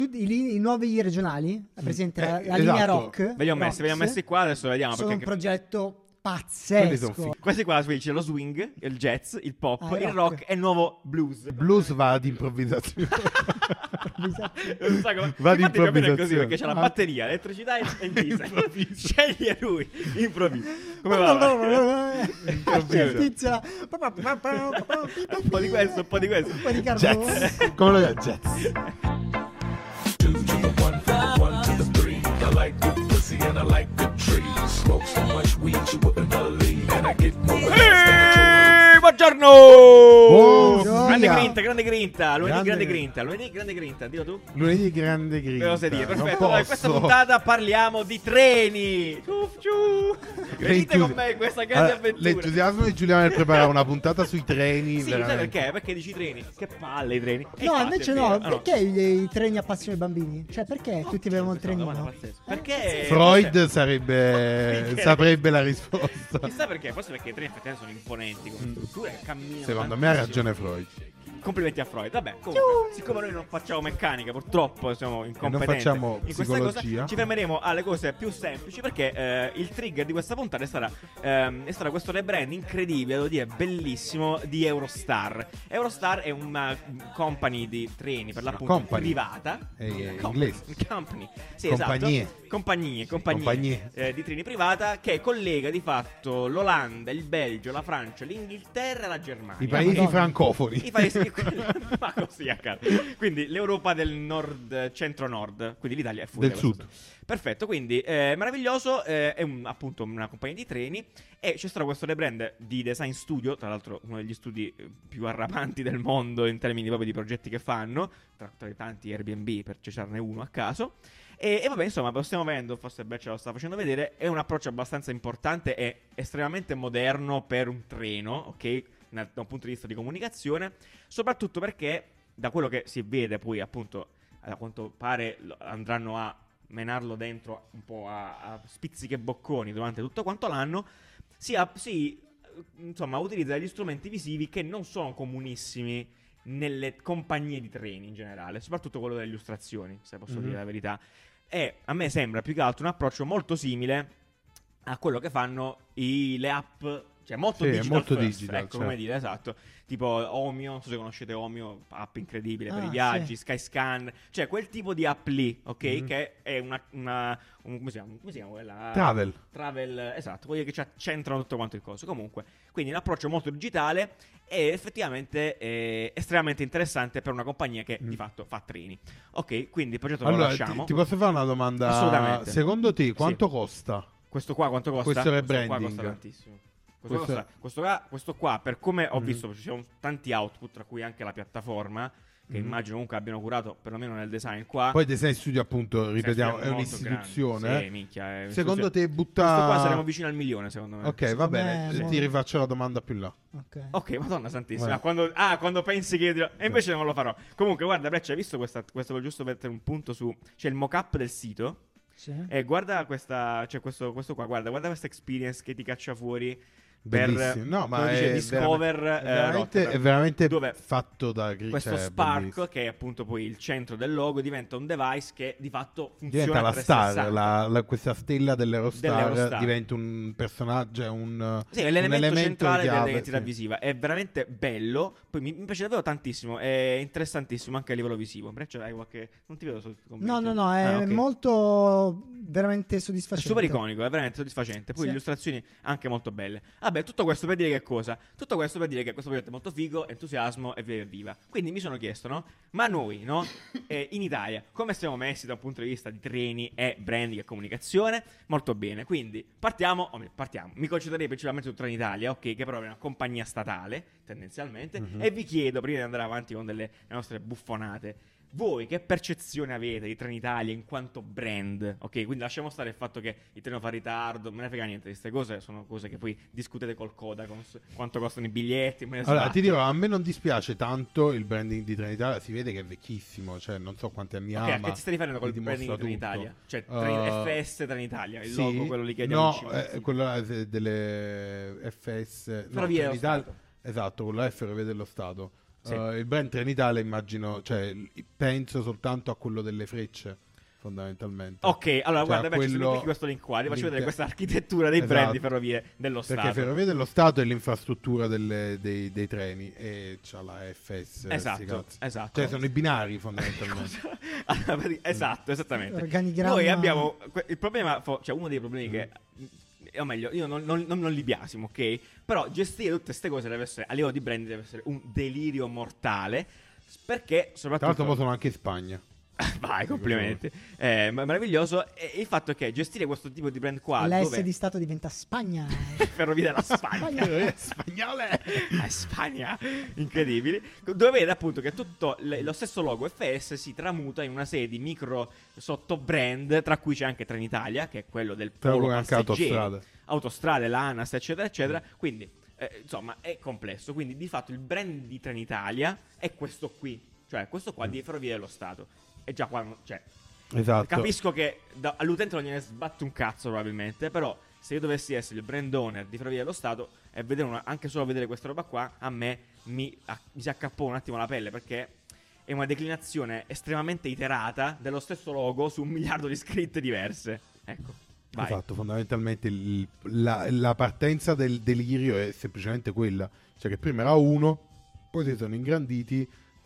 I nuovi regionali, presente la linea esatto. rock. Ve li ho messi qua, adesso vediamo. Sono un Perché progetto pazzesco. questi qua c'è lo swing, il jazz, il pop, il rock. rock e il nuovo blues. Blues va ad improvvisazione. Non so come... Va di Infatti va bene improvvisazione. così perché c'è la batteria, elettricità e il diesel. Sceglie lui, improvvisa. Come va? C'è tizia. Un po' di questo, un po' di questo. Un po' di carbone. Jazz. Come lo chiama? Jazz. 2 to the 1, 1 to the 3. I like good pussy and I like good trees. Smoke so much weed you wouldn't believe, and I get more. Buongiorno! Buongiorno. Grande grinta. Lunedì grande grinta. Dillo tu. Lunedì grande grinta. Ve lo sai dire, Non perfetto. Allora, in questa posso. puntata parliamo di treni. Ciuf, ciuf. Venite con me in questa grande avventura. L'entusiasmo di Giuliano nel preparare una puntata sui treni. Sì, sai veramente. perché? Perché dici treni? Che palle i treni. E No, infatti invece è no. vero. Ah, Perché i treni appassionano i bambini? Cioè, perché tutti avevano il Questa è una trenino? domanda pazzesca. Perché Freud saprebbe la risposta. Chissà perché, forse perché i treni effettivamente sono imponenti come struttura e camminano. Secondo me ha tantissimo. ragione Freud. Complimenti a Freud. Vabbè, comunque, siccome noi non facciamo meccanica, purtroppo siamo incompetenti facciamo in questa cosa, psicologia. ci fermeremo alle cose più semplici perché il trigger di questa puntata è stato questo rebrand incredibile, devo dire, bellissimo di Eurostar. Eurostar è una company di treni per l'appunto company. privata. Inglese. Company. Sì, Compagnie. esatto. Compagnie. Compagnie. Di treni privata che collega di fatto l'Olanda, il Belgio, la Francia, l'Inghilterra e la Germania. I paesi francofoni. I paesi ma così a caso. Quindi l'Europa del nord, centro-nord, quindi l'Italia è fuori Del da questo. sud. Perfetto, quindi meraviglioso, è appunto una compagnia di treni e c'è stato questo rebrand di Design Studio, tra l'altro uno degli studi più arrapanti del mondo in termini proprio di progetti che fanno, tra i tanti Airbnb per citarne uno a caso. E vabbè, insomma, lo stiamo vedendo, forse Beh ce lo sta facendo vedere, è un approccio abbastanza importante e estremamente moderno per un treno, ok? Da un punto di vista di comunicazione, soprattutto perché da quello che si vede poi appunto a quanto pare andranno a menarlo dentro un po' a spizzichi e bocconi durante tutto quanto l'anno, insomma utilizza degli strumenti visivi che non sono comunissimi nelle compagnie di treni in generale, soprattutto quello delle illustrazioni, se posso dire la verità. E a me sembra più che altro un approccio molto simile a quello che fanno le app, cioè molto Sì, digital molto first, digital, ecco, come dire, esatto. Tipo Omio, non so se conoscete Omio, app incredibile per i Ah, viaggi, sì. Skyscan, cioè quel tipo di app lì, ok? Che è come si chiama quella? Travel, esatto, quelli che centrano tutto quanto il coso. Comunque, quindi un approccio molto digitale e effettivamente estremamente interessante per una compagnia che di fatto fa treni. Ok, quindi il progetto lo lasciamo. ti posso fare una domanda? Assolutamente. Secondo te quanto costa? Questo qua quanto costa? Questo rebranding. Questo qua costa tantissimo. Questo qua, per come ho visto, ci sono tanti output, tra cui anche la piattaforma, che immagino comunque abbiano curato, perlomeno nel design qua. Poi Design Studio, appunto, ripetiamo, Studio è molto un'istituzione. grande. Sì, minchia, è Secondo un'istituzione. te butta... Questo qua saremo vicino al milione, secondo me. Ok, va Secondo bene, me- ti rifaccio la domanda più là. Ok. Madonna santissima. Guarda. Quando pensi che... E invece non lo farò. Comunque, guarda, Breccia, hai visto questo per giusto mettere un punto su... C'è il mock-up del sito. Sì. E guarda questa... Cioè, questo qua, guarda questa experience che ti caccia fuori... Bellissimo. No, ma come dice è Discover Rotterdam, è veramente dove fatto da questo Spark, che è appunto poi il centro del logo, diventa un device che di fatto funziona diventa la a 360. star, questa stella dell'Eurostar, Dell'Eurostar. diventa un personaggio, Sì, è l'elemento centrale chiave, dell'identità sì. visiva. È veramente bello. Poi mi piace davvero tantissimo. È interessantissimo anche a livello visivo. Breccia, hai qualche... Non ti vedo No, è ok. molto veramente È soddisfacente. super iconico, è veramente soddisfacente. Poi Sì. le illustrazioni anche molto belle. Vabbè, tutto questo per dire che cosa? Tutto questo per dire che questo progetto è molto figo, entusiasmo e via via. Quindi mi sono chiesto, no? Ma noi, no? In Italia, come siamo messi da un punto di vista di treni e branding e comunicazione? Molto bene. Quindi partiamo. Mi concentrerei principalmente su Trenitalia, ok? Che però è una compagnia statale, tendenzialmente. E vi chiedo, prima di andare avanti con le nostre buffonate, voi che percezione avete di Trenitalia in quanto brand? Ok, quindi lasciamo stare il fatto che il treno fa ritardo, me ne frega niente di queste cose, sono cose che poi discutete col Codacons, quanto costano i biglietti, me ne Allora, sbatto. ti dirò, a me non dispiace tanto il branding di Trenitalia, si vede che è vecchissimo, cioè non so quanti anni ha, Ok, a ma che ti stai riferendo col ti branding di dimostra Trenitalia? tutto. Cioè, FS Trenitalia, il logo, quello lì che no, abbiamo vicino. quello là delle FS, no, Ferrovie dello Trenitalia, Stato. esatto, quello là è Ferrovie dello Stato. Sì. Il brand Trenitalia immagino, cioè penso soltanto a quello delle frecce, fondamentalmente. Ok, allora Cioè, guarda, beh, ci sono quello- qui questo link qua, ti faccio vedere l'inte- questa architettura dei brand di Esatto. ferrovie dello Perché Stato. Ferrovie dello Stato è l'infrastruttura dei treni e c'ha la FS. sti Esatto, cazzi. esatto. Cioè sono i binari fondamentalmente. Allora, esatto, esattamente. Organigramma. Noi abbiamo il problema, cioè uno dei problemi che, o meglio, io non li biasimo, ok? Però gestire tutte queste cose deve essere, a livello di brand, deve essere un delirio mortale. Perché Tra l'altro soprattutto mo sono anche in Spagna. vai, complimenti. Meraviglioso. E il fatto è che gestire questo tipo di brand qua, L'S dove di Stato diventa Spagna. Ferrovie della Spagna. Spagnole! Spagna, incredibili. Dove vede appunto che tutto lo stesso logo FS si tramuta in una serie di micro sottobrand, tra cui c'è anche Trenitalia, che è quello del Tra polo cui anche passeggeri, Autostrade. l'ANAS, eccetera, eccetera. Quindi, insomma, è complesso. Quindi, di fatto, il brand di Trenitalia è questo qui, cioè questo qua di Ferrovie dello Stato. E già qua, cioè, Esatto. capisco che all'utente non gliene sbatte un cazzo probabilmente, però se io dovessi essere il brand owner di Ferrovie dello Stato e vedere anche solo vedere questa roba qua, a me mi si accappò un attimo la pelle, perché è una declinazione estremamente iterata dello stesso logo su 1 miliardo di scritte diverse. Ecco, vai. Esatto, fondamentalmente la partenza del delirio è semplicemente quella. Cioè che prima era uno, poi si sono ingranditi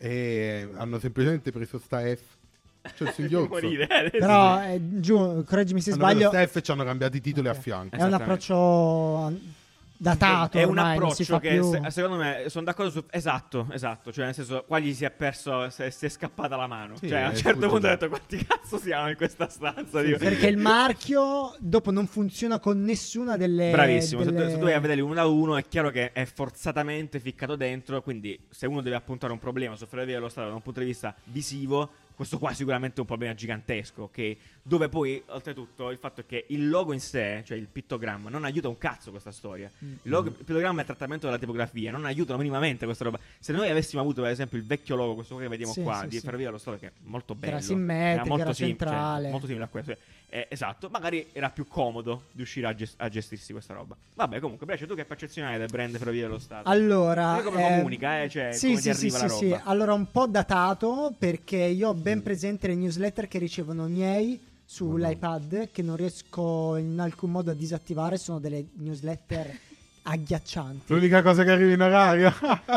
e hanno semplicemente preso sta F. Cioè il singhiozzo. Morire, Però, giù, correggimi se Hanno sbaglio, preso sta F e ci hanno cambiato i titoli Ok. a fianco. è un approccio datato è un ormai, non si approccio fa che più. secondo me sono d'accordo su. Esatto, cioè nel senso qua gli si è perso, si è scappata la mano. Sì, Cioè a un è certo tutto punto ho già. detto quanti cazzo siamo in questa stanza. Dico. Perché il marchio dopo non funziona con nessuna delle... Bravissimo, delle- se tu vai a vederli uno a uno è chiaro che è forzatamente ficcato dentro, quindi se uno deve appuntare un problema su Ferrovie dello Stato da un punto di vista visivo, questo qua è sicuramente un problema gigantesco, ok? Dove poi, oltretutto, il fatto è che il logo in sé, cioè il pittogramma, non aiuta un cazzo questa storia. Il pittogramma è il trattamento della tipografia, non aiutano minimamente questa roba. Se noi avessimo avuto, per esempio, il vecchio logo, questo che vediamo Sì, qua, sì, di sì. Ferrovie dello Stato, che è molto bello, Era simmetrico, era cioè, centrale. molto simile a questo. Esatto, magari era più comodo riuscire a gestirsi questa roba. Vabbè, comunque, Brescia, tu che percezione hai del brand Ferrovie dello Stato? Allora, Sai come comunica, cioè sì, come sì, ti sì, arriva la sì, roba? sì. Allora, un po' datato perché io ho ben presente le newsletter che ricevono i miei sull'iPad, che non riesco in alcun modo a disattivare. Sono delle newsletter agghiaccianti. L'unica cosa che arriva in orario.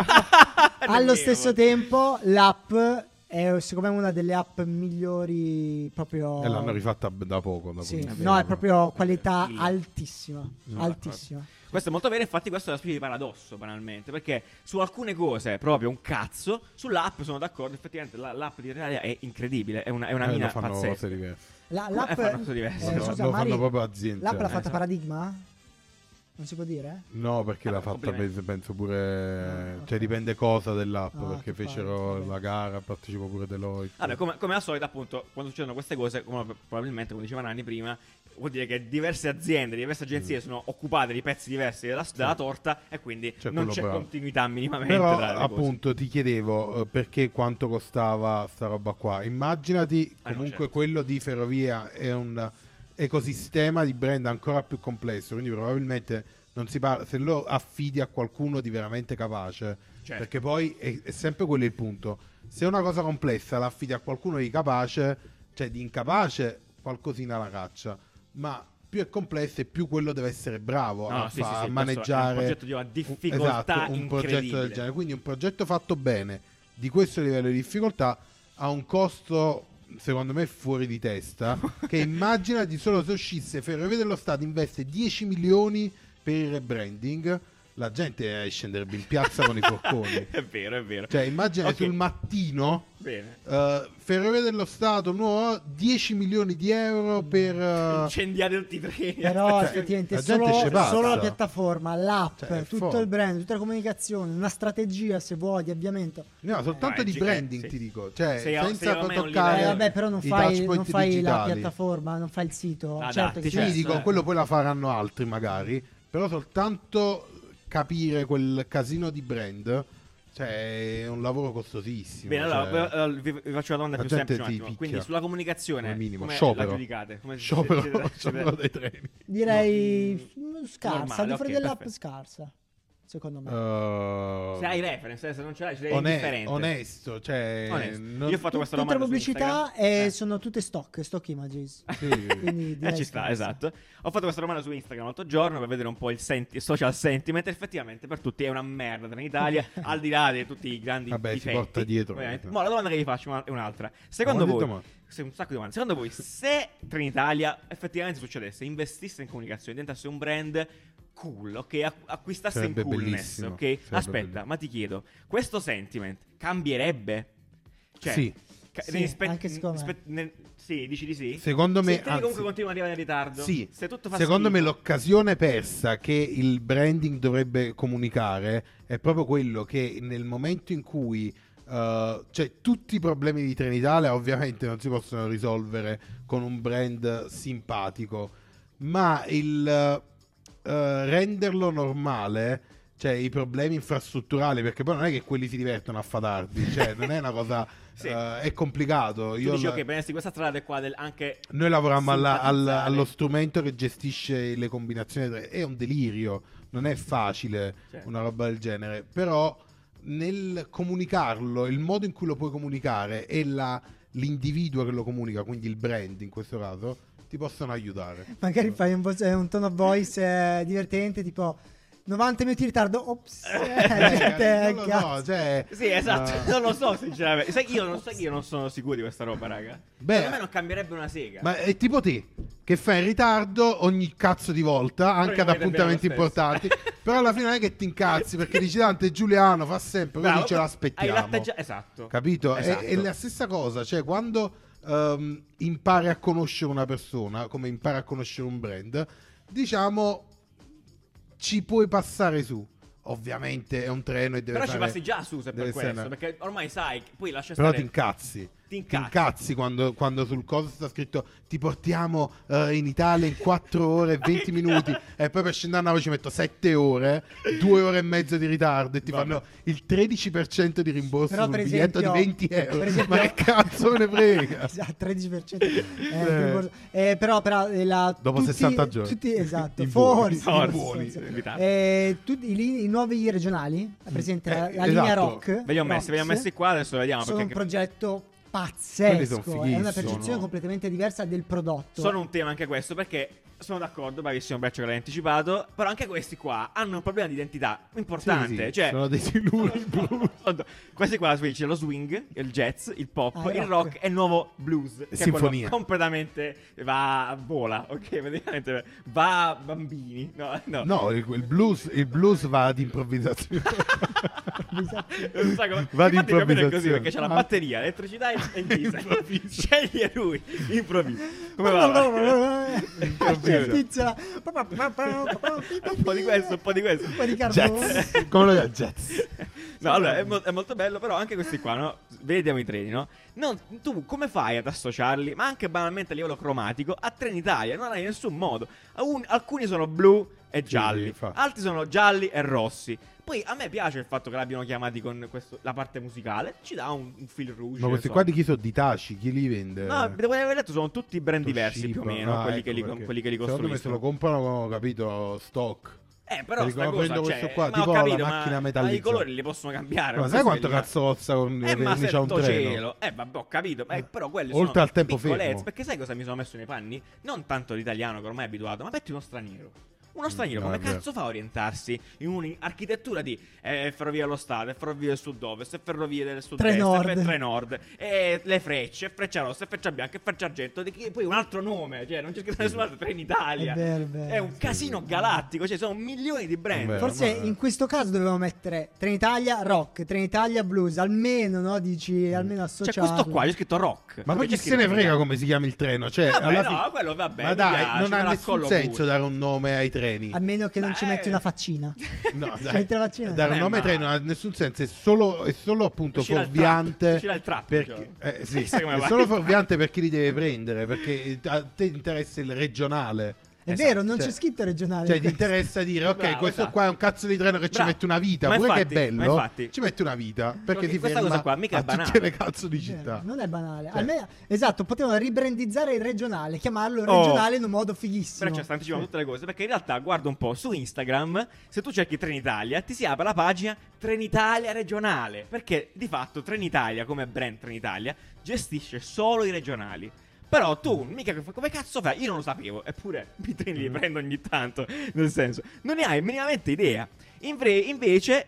Allo stesso tempo, l'app è secondo me una delle app migliori proprio. E l'hanno rifatta da poco. Da Sì. poco. No, è proprio qualità Sì. altissima. Altissima. Questo è molto vero, infatti questo è una specie di paradosso, banalmente, perché su alcune cose proprio un cazzo, sull'app sono d'accordo, effettivamente l'app di Italia è incredibile, è una Lo mina fanno pazzesca. cose diverse. L'app fanno cose diverse. Lo scusa, fanno Mari, proprio aziende. l'app l'ha fatta esatto. Paradigma? Non si può dire? No, perché l'ha fatta complimenti. penso pure. Ah, Cioè ok. dipende cosa dell'app. Ah, perché che fecero palle, la gara, partecipò pure Deloitte. Vabbè, come al solito, appunto, quando succedono queste cose, come probabilmente, come diceva Nanni prima, vuol dire che diverse aziende, diverse agenzie sono occupate di pezzi diversi della torta e quindi C'è non quello c'è bravo. continuità minimamente Però tra le cose. appunto ti chiedevo perché quanto costava sta roba qua. Immaginati Ah, no, comunque certo. quello di Ferrovia è un ecosistema di brand ancora più complesso, quindi probabilmente non si parla, se lo affidi a qualcuno di veramente capace, Certo. perché poi è sempre quello il punto. Se una cosa complessa la affidi a qualcuno di capace, cioè di incapace qualcosina la caccia, ma più è complesso e più quello deve essere bravo No, a, sì, sì, sì, a questo maneggiare è un progetto di una difficoltà esatto, un progetto incredibile. del genere. Quindi un progetto fatto bene di questo livello di difficoltà ha un costo secondo me fuori di testa che immaginati solo se uscisse Ferrovie dello Stato investe 10 milioni per il rebranding, la gente scenderebbe in piazza con i forconi. È vero, è vero. Cioè immagina Ok. sul mattino Bene. Ferrovie dello Stato nuovo 10 milioni di euro per Incendiare tutti i treni. Però Cioè, effettivamente la gente solo, ci passa. solo la piattaforma, l'app, Cioè, è tutto forte. il brand, tutta la comunicazione, una strategia se vuoi di avviamento. no, soltanto di branding sì. ti dico, cioè Sei a senza me un toccare livello- Vabbè, però non i fai, touchpoint non fai la digitali. piattaforma, non fai il sito. Ah, certo dai, che Sì, certo. dico, quello poi la faranno altri magari, però soltanto capire quel casino di brand, cioè è un lavoro costosissimo. Bene, cioè, allora vi faccio una domanda la più gente semplice un ti attimo. picchia. Quindi sulla comunicazione come minimo, come sciopero. la giudicate? Come sciopero dei treni. direi scarsa, Normale, di fuori ok, dell'app perfetto. scarsa. secondo me. Se hai reference, se non ce l'hai, ce l'hai indifferente. Onesto, cioè Onesto. non- Io ho fatto questa Tutta domanda la su pubblicità Instagram. sono tutte stock images. sì. Quindi direi Ci sta, che- esatto. Ho fatto questa domanda su Instagram l'altro giorno per vedere un po' il social sentiment. Effettivamente per tutti è una merda Trenitalia, al di là di tutti i grandi Vabbè, si difetti. porta dietro. Ovviamente. Ma la domanda che vi faccio è un'altra. Secondo Ho voi, detto, un sacco di domande. Secondo voi, se Trenitalia effettivamente succedesse, investisse in comunicazione, diventasse un brand cool, ok? Acquistasse Sarebbe in coolness, bellissimo. ok? Sarebbe Aspetta, bellissimo. ma ti chiedo, questo sentiment cambierebbe? Cioè, Sì. Sì, anche secondo me. sì, dici di sì? Secondo me, Se te anzi, comunque continua ad arrivare in ritardo. sì, Se tutto fa secondo me schifo. l'occasione persa che il branding dovrebbe comunicare è proprio quello che nel momento in cui cioè tutti i problemi di Trenitalia ovviamente non si possono risolvere con un brand simpatico, ma il renderlo normale, cioè i problemi infrastrutturali, perché poi non è che quelli si divertono a fatardi, cioè non è una cosa Sì. è complicato. Tu dici, ok, prendersi questa strada qua anche... Noi lavoriamo simpatizzare. allo strumento che gestisce le combinazioni, è un delirio, non è facile Certo. una roba del genere, però nel comunicarlo, il modo in cui lo puoi comunicare e l'individuo che lo comunica, quindi il brand in questo caso, ti possono aiutare. Magari fai un tone of voice divertente, tipo 90 minuti di ritardo. Ops. Non lo so, cioè, Sì, esatto, eh, non lo so sinceramente. Sai che io non sono sicuro di questa roba, raga. Beh, Secondo me non cambierebbe una sega. ma è tipo te che fai in ritardo ogni cazzo di volta, anche ad rimane appuntamenti bene lo stesso. importanti. Però alla fine non è che ti incazzi perché dici tanto Giuliano fa sempre, Bravo, quindi ce l'aspettiamo. Esatto. Capito? Esatto. È la stessa cosa, cioè quando impari a conoscere una persona, come impari a conoscere un brand, diciamo ci puoi passare su. Ovviamente è un treno e deve Però ci fare... passi già su se per deve questo, essere- perché ormai sai, poi lascia Però stare... ti incazzi. Ti Ti incazzi quando sul coso sta scritto ti portiamo in Italia in 4 ore e 20 minuti e poi per scendere a Napoli ci metto 7 ore, 2 ore e mezzo di ritardo e ti Vabbè. fanno il 13% di rimborso Però sul per biglietto esempio- di 20 euro. per esempio- Ma che cazzo me ne frega? Esatto, 13%. Però Dopo 60 giorni. Esatto, In buoni, forse. in buoni. In ritardo. I nuovi regionali, presente la linea esatto. rock. Ve li ho messi qua, adesso vediamo Sono un perché progetto Quelli pazzesco. sono È una fighissimi. percezione completamente diversa del prodotto. sono un tema anche questo, perché sono d'accordo, bravissimo Breccio che l'hai anticipato, però anche questi qua hanno un problema di identità importante, Sì, sì, cioè sono dei siluri blu. questi qua c'è lo swing, il jazz, il pop, Ah, il il rock. rock e il nuovo blues, che è Sinfonia. quello completamente vola, ok, praticamente va a bambini. No. No, il blues va ad improvvisazione. Non so come... Va di Infatti più o meno è improvvisazione. così, perché c'è la Ah. batteria, elettricità e diesel. Sceglie lui, improvvisa. Come C'è va? il tizio. Un po' di questo, un po' di questo. Un po' di carbone. Jazz. Come lo chiama? Jazz. No, allora è molto bello, però anche questi qua, no? Vediamo i treni, no? Tu come fai ad associarli, ma anche banalmente a livello cromatico, a Trenitalia? Non hai nessun modo. Alcuni sono blu e gialli, infatti. altri sono gialli e rossi. Poi a me piace il fatto che l'abbiano chiamati con la parte musicale, ci dà un fil rouge. Ma questi insomma. qua di chi sono? Di Taci? Chi li vende? No, da quello che avevo detto sono tutti brand diversi più o Toshiba. meno, Ah, quelli, ecco che li, perché. quelli che li Secondo me se lo costruiscono. comprano, capito, stock. Però Dicono, sta cosa, prendo questo cioè, qua, ma tipo ho capito, la macchina ma i metallizzata. colori li possono cambiare. Ma non sai so quanto se- cazzo cozza con ma vernice a un setto treno? cielo. Vabbè, ho capito. Però quelli Oltre sono al tempo piccolezze, fermo. perché sai cosa mi sono messo nei panni? Non tanto l'italiano che ormai è abituato, ma metti uno straniero. Uno straniero no, come è vero. cazzo fa a orientarsi in un'architettura di ferrovie dello Stato, ferrovie del sud-ovest, ferrovie del sud-est, Trenord. Trenord, le frecce, freccia rossa, freccia bianca e freccia argento, poi un altro nome, cioè non c'è scritto nessun altro, Trenitalia. È vero, è vero. È un casino galattico, cioè sono milioni di È brand. vero. Forse ma- in questo caso dovevamo mettere Trenitalia rock, Trenitalia blues, almeno, no? Dici, almeno C'è associarlo. questo qua, c'è scritto rock. Ma poi chi C'è se scritto ne frega Trenitalia. come si chiama il treno? Cioè, Vabbè, alla no, fine- quello vabbè, Ma mi dai, piace, non me ha la nessun collo senso pure. dare un nome ai treni. A meno che non ci Beh. metti una faccina. No, Ci dai. metti la faccina. Dare un Non è nome ai male. treni non ha nessun senso, è solo appunto Uscirà il fuorviante. trap, uscirà il trap, perché, cioè. sì, Sai come è va? solo fuorviante per chi li deve prendere, perché a te interessa il regionale. È Esatto. vero, non Cioè- c'è scritto regionale. Cioè ti interessa dire ok, Bravo, questo esatto. qua è un cazzo di treno che ci Bravo. mette una vita, Ma pure infatti- che è ma bello, infatti- ci mette una vita, perché Perché si questa ferma cosa qua mica è a tutte banale. le cazzo di È vero, città. non è banale. Cioè- Esatto, potevano ribrandizzare il regionale, chiamarlo Oh. regionale in un modo fighissimo. Però ci stanno dicendo tutte le cose. Perché in realtà, guarda un po', su Instagram, se tu cerchi Trenitalia, ti si apre la pagina Trenitalia regionale. Perché di fatto Trenitalia, come brand Trenitalia, gestisce solo i regionali. Però tu, mica come cazzo fai? Io non lo sapevo, eppure i treni li prendo ogni tanto. Nel senso, non ne hai minimamente idea. Invece,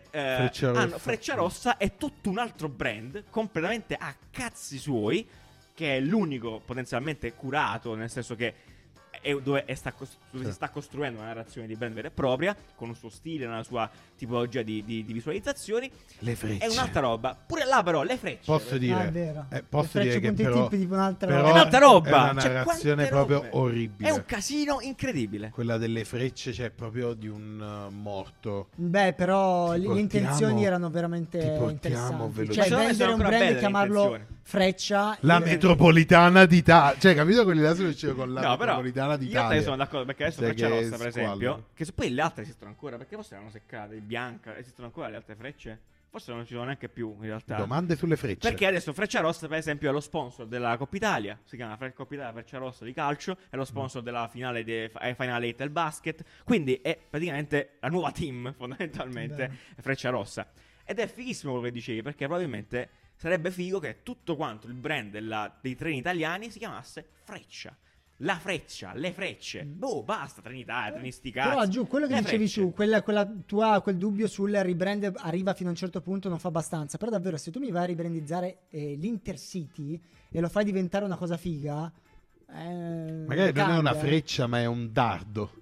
Freccia Rossa è tutto un altro brand, completamente a cazzi suoi, che è l'unico potenzialmente curato, nel senso che è dove si sta costruendo una narrazione di brand vera e propria, con un suo stile, una sua tipologia di visualizzazioni. Le frecce. È un'altra roba. Pure là però le frecce. Posso Ah, dire, è vero. posso Le dire frecce che punti però, tipi di un'altra però roba. È un'altra roba. è una Cioè, narrazione quante proprio robe. orribile. È un casino incredibile. Quella delle frecce c'è proprio di un morto. Beh, però Ti le intenzioni portiamo- erano veramente ti portiamo interessanti. veloce. Cioè, Ma secondo me vendere sono un ancora brand belle e le chiamarlo intenzioni. Freccia. La metropolitana d'Italia. Cioè, capito quelli là sono usciti con la No, però metropolitana in realtà d'Italia. io sono d'accordo perché adesso Cioè, Freccia che Rossa, per squallo. esempio, che poi le altre esistono ancora, perché forse erano seccate, Bianca, esistono ancora le altre frecce? Forse non ci sono neanche più in realtà. Domande sulle frecce. Perché adesso Freccia Rossa, per esempio, è lo sponsor della Coppa Italia. Si chiama Coppa Italia Freccia Rossa di calcio. È lo sponsor della finale Final 8 del basket. Quindi è praticamente la nuova team, fondamentalmente, Bene. è Freccia Rossa. Ed è fighissimo quello che dicevi, perché probabilmente sarebbe figo che tutto quanto il brand dei treni italiani si chiamasse Freccia. La freccia, le frecce. Boh, basta, Trenitalia, treni sti cazzi. Però giù, quello che Le dicevi frecce. tu, quel dubbio sul rebrand arriva fino a un certo punto non fa abbastanza. Però davvero, se tu mi vai a ribrandizzare l'Intercity e lo fai diventare una cosa figa, Magari non è cambia. una freccia, ma è un dardo.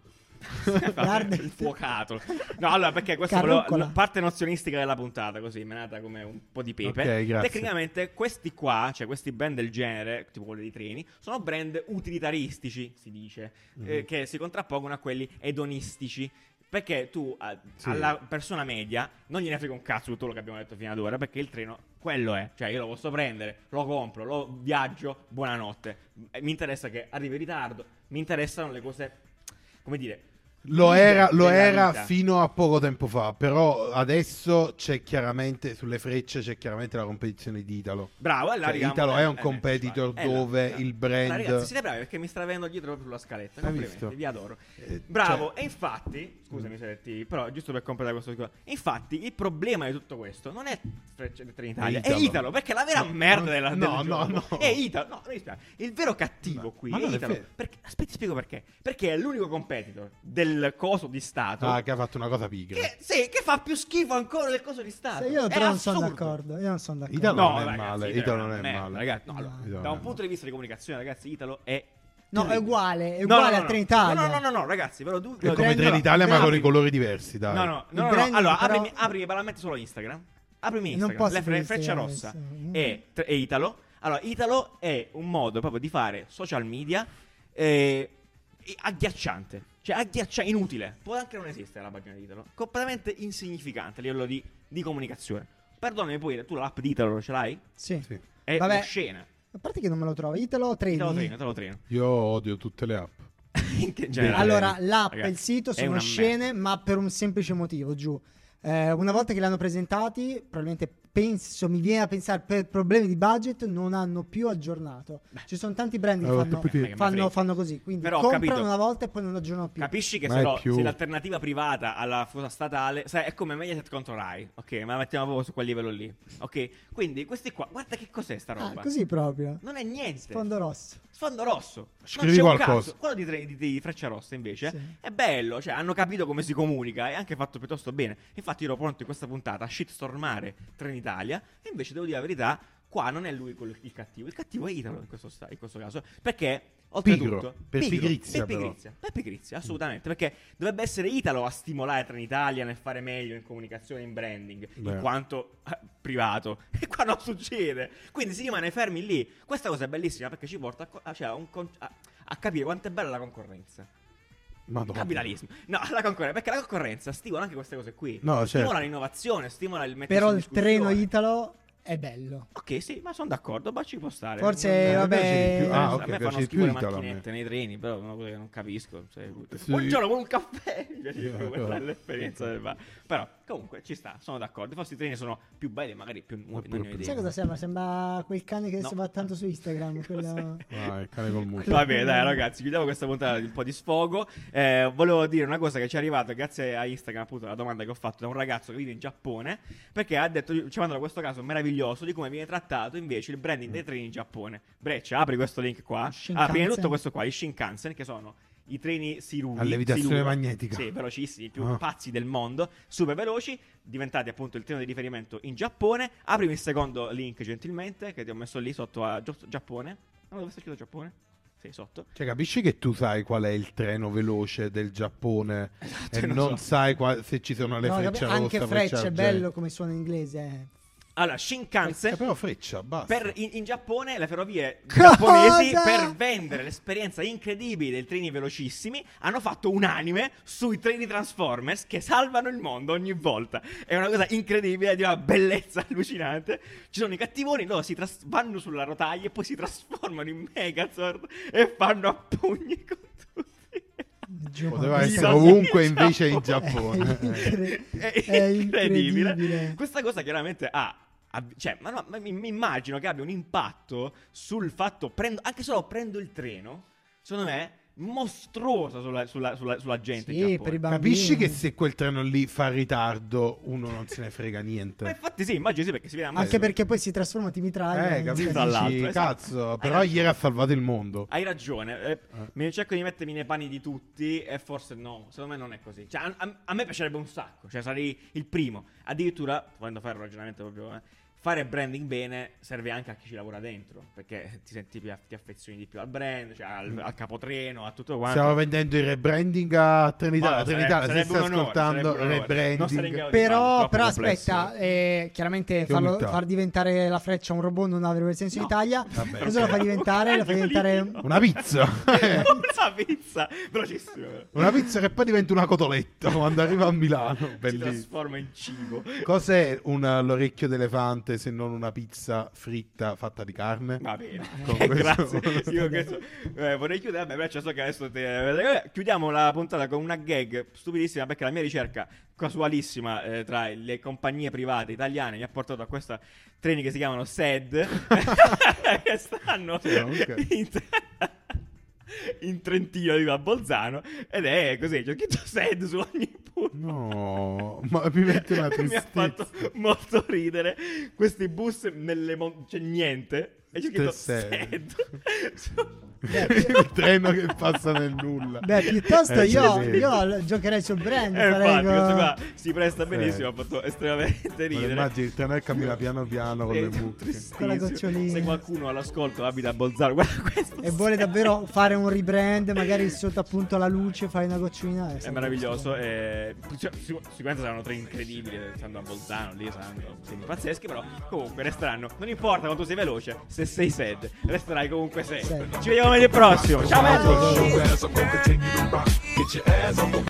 Guarda- il fuocato. No, allora perché questa è Carrucola. la parte nozionistica della puntata, così menata come un po' di pepe. Ok, grazie. Tecnicamente questi qua, cioè questi brand del genere, tipo quelli dei treni, sono brand utilitaristici, si dice, che si contrappongono a quelli edonistici. Perché tu Sì. alla persona media non gliene frega un cazzo tutto quello che abbiamo detto fino ad ora, perché il treno quello è, cioè io lo posso prendere, lo compro, lo viaggio, buonanotte. Mi interessa che arrivi in ritardo, mi interessano le cose, come dire, Lo era della vita. fino a poco tempo fa, però adesso c'è chiaramente, sulle frecce c'è chiaramente la competizione di Italo. Bravo, Cioè, Italo è un competitor è là, dove là. il brand- Allora, ragazzi, siete bravi perché mi state avendo dietro proprio sulla scaletta. Hai Complimenti, visto? vi adoro. Cioè- Bravo, e infatti, scusami se però giusto per completare questo discorso. Infatti, il problema di tutto questo non è Trenitalia, è Italo. Italo, perché la vera merda della no, del no, gioco no. è Italo. No, mi dispiace. Il vero cattivo No, qui ma è non è Italo. vero. Perché, aspetta, ti spiego perché. Perché è l'unico competitor del coso di Stato Ah, che ha fatto una cosa pigra. che fa più schifo ancora del coso di Stato. Io È però non sono assurdo. d'accordo. Io non sono d'accordo. Italo No, non è ragazzi, male, Italo Italo non è merda, male. ragazzi, no, No. allora, Italo da non un è punto di vista di comunicazione, ragazzi, Italo è No, è terribile. uguale, è No, uguale no, a Trenitalia. No, ragazzi, ve lo dico. È come brand- Trenitalia, ma brand- con i colori diversi, dai. No. Il brand Allora, però- aprimi banalmente solo Instagram. Aprimi Non Instagram. posso Le aprire Freccia Instagram Rossa adesso. e Italo. Allora, Italo è un modo proprio di fare social media agghiacciante. Cioè, inutile. Può anche non esistere la pagina di Italo. Completamente insignificante a livello di comunicazione. Perdonami, poi tu l'app di Italo ce l'hai? Sì. Sì. È Vabbè. oscena. A parte che non me lo trovo. Italo treni. Te lo treno. Io odio tutte le app. In generale. Allora, l'app e Ragazzi, il sito è sono una scene, ma per un semplice motivo, giù. Una volta che li hanno presentati, probabilmente mi viene a pensare per problemi di budget non hanno più aggiornato. Ci sono tanti brand Allora, che tu puoi dire- fanno così, quindi Però ho comprano capito. una volta e poi non aggiornano più. Capisci che Ma se, è no, più- se l'alternativa privata alla cosa statale, sai, è come Mediaset contro Rai, ok? Ma la mettiamo proprio su quel livello lì, ok? Quindi questi qua, guarda che cos'è sta roba. Così proprio. Non è niente. Sfondo rosso. Sfondo rosso. Scrivi non c'è un qualcosa. caso. Quello di Freccia Rossa invece Sì. è bello, cioè hanno capito come si comunica e anche fatto piuttosto bene. Infatti io ero pronto in questa puntata a shitstormare Trenitalia e invece devo dire la verità, qua non è lui il cattivo, il cattivo è Italo in questo caso, perché oltretutto Pigro, per pigrizia, per pigrizia, assolutamente, perché dovrebbe essere Italo a stimolare Trenitalia nel fare meglio in comunicazione e in branding, Beh. in quanto privato, e qua non succede, quindi si rimane fermi lì. Questa cosa è bellissima perché ci porta a capire quanto è bella la concorrenza. Madonna. Capitalismo. No, la concorrenza, perché la concorrenza stimola anche queste cose qui. No, certo. Stimola l'innovazione, stimola il mettersi Però in il treno discussione. Italo è bello. Ok, sì, ma sono d'accordo, ma ci può stare. Forse, a me vabbè, piace di più. Ah, a ok, me piace fanno di schifo le più Italo, a me. macchinette nei treni, però è una cosa che non capisco. Sì. Buongiorno con un caffè. Mi piace di più quella è l'esperienza del bar. Però comunque ci sta, sono d'accordo. Forse i treni sono più belli, magari più nuovi. Non ne ho idea. Sai cosa sembra? Sembra quel cane che No. si va tanto su Instagram. Quello... Ah, il cane col mucchio. Va bene, dai, ragazzi, chiudiamo questa puntata di un po' di sfogo. Volevo dire una cosa che ci è arrivata grazie a Instagram, appunto, la domanda che ho fatto da un ragazzo che vive in Giappone. Perché ha detto, ci ha mandato questo caso meraviglioso di come viene trattato invece il branding dei treni in Giappone. Breccia, apri questo link qua. Shinkansen. Prima di tutto questo qua, i Shinkansen, che sono i treni Sirui A levitazione Siluro, magnetica. sì, velocissimi, i più Ah. pazzi del mondo, super veloci, diventati appunto il treno di riferimento in Giappone. Aprimi il secondo link gentilmente, che ti ho messo lì sotto a Giappone. Ah, dove sta scritto Giappone? Sì, sotto. Cioè, capisci che tu sai qual è il treno veloce del Giappone e non non so. sai se ci sono le No, frecce rosse, anche Freccia è argento. bello come suona in inglese. Allora, Shinkansen. Però freccia, basta. In Giappone le ferrovie Cosa? giapponesi, per vendere l'esperienza incredibile dei treni velocissimi, hanno fatto un anime sui treni Transformers che salvano il mondo ogni volta. È una cosa incredibile, di una bellezza allucinante. Ci sono i cattivoni, loro vanno sulla rotaia e poi si trasformano in Megazord e fanno a pugni con tutti. Poteva Viva essere il ovunque, invece in Giappone. Giappone. È incredibile. incredibile. Questa cosa chiaramente cioè, ma mi immagino che abbia un impatto sul fatto, anche solo prendo il treno, secondo me, mostruoso sulla gente. in Sì, Giappone. per i bambini. Capisci che se quel treno lì fa ritardo, uno non se ne frega Ma niente. infatti sì, immagino sì, perché si vede Anche perché poi si trasforma, ti mitraglia. Capisci? Tra l'altro, esatto. Cazzo, però ieri ha salvato il mondo. Hai ragione, mi cerco di mettermi nei panni di tutti e forse no, secondo me non è così. Cioè, a me piacerebbe un sacco, cioè sarei il primo. Addirittura, volendo fare un ragionamento proprio, fare branding bene serve anche a chi ci lavora dentro, perché ti senti ti affezioni di più al brand, cioè al capotreno, a tutto quanto. Stiamo vendendo il rebranding a Trenitalia. Ma Trenitalia, se sarebbe stai un onore, ascoltando, sarebbe un onore. Non sarei in rebranding. grado di farlo, Però troppo complesso. aspetta, chiaramente Che umiltà. far diventare la Freccia un robot non avrebbe senso in Italia. Vabbè. Cosa la fa diventare? La fa diventare Una pizza. Una pizza velocissima. Una pizza che poi diventa una cotoletta quando arriva a Milano. Si Bellissimo. trasforma in cibo. Cos'è l'orecchio d'elefante se non una pizza fritta fatta di carne? Va bene, Con questo- grazie. Io vorrei chiudere. Vabbè, però so che adesso chiudiamo la puntata con una gag stupidissima, perché la mia ricerca casualissima tra le compagnie private italiane mi ha portato a questa treni che si chiamano SED che stanno ok. in Trentino, dico, a Bolzano, ed è così, c'è scritto SED su ogni punto. No, ma mi mette una Mi ha tristezza. fatto molto ridere questi bus c'è niente e c'è scritto SED. SED. Il treno che passa nel nulla. Beh, piuttosto io sì. giocherei sul brand. Infatti, farei questo co- qua si presta benissimo, ha fatto estremamente Ma ridere. immagini il treno che cammina piano piano con le mucche. Tristissimo. Con la gocciolina. Se qualcuno all'ascolto abita a Bolzano, guarda questo. E vuole davvero fare un rebrand, magari sotto appunto la luce, fai una gocciolina. È meraviglioso. Sicuramente saranno tre incredibili. Stando a Bolzano, lì saranno segni pazzeschi. Però comunque resteranno. Non importa quanto sei veloce, se sei SED, resterai comunque SED. Sì. Ci vediamo venerdì prossimo. Ciao a tutti. Show ass, I'm gonna continue to rock. Get your ass on the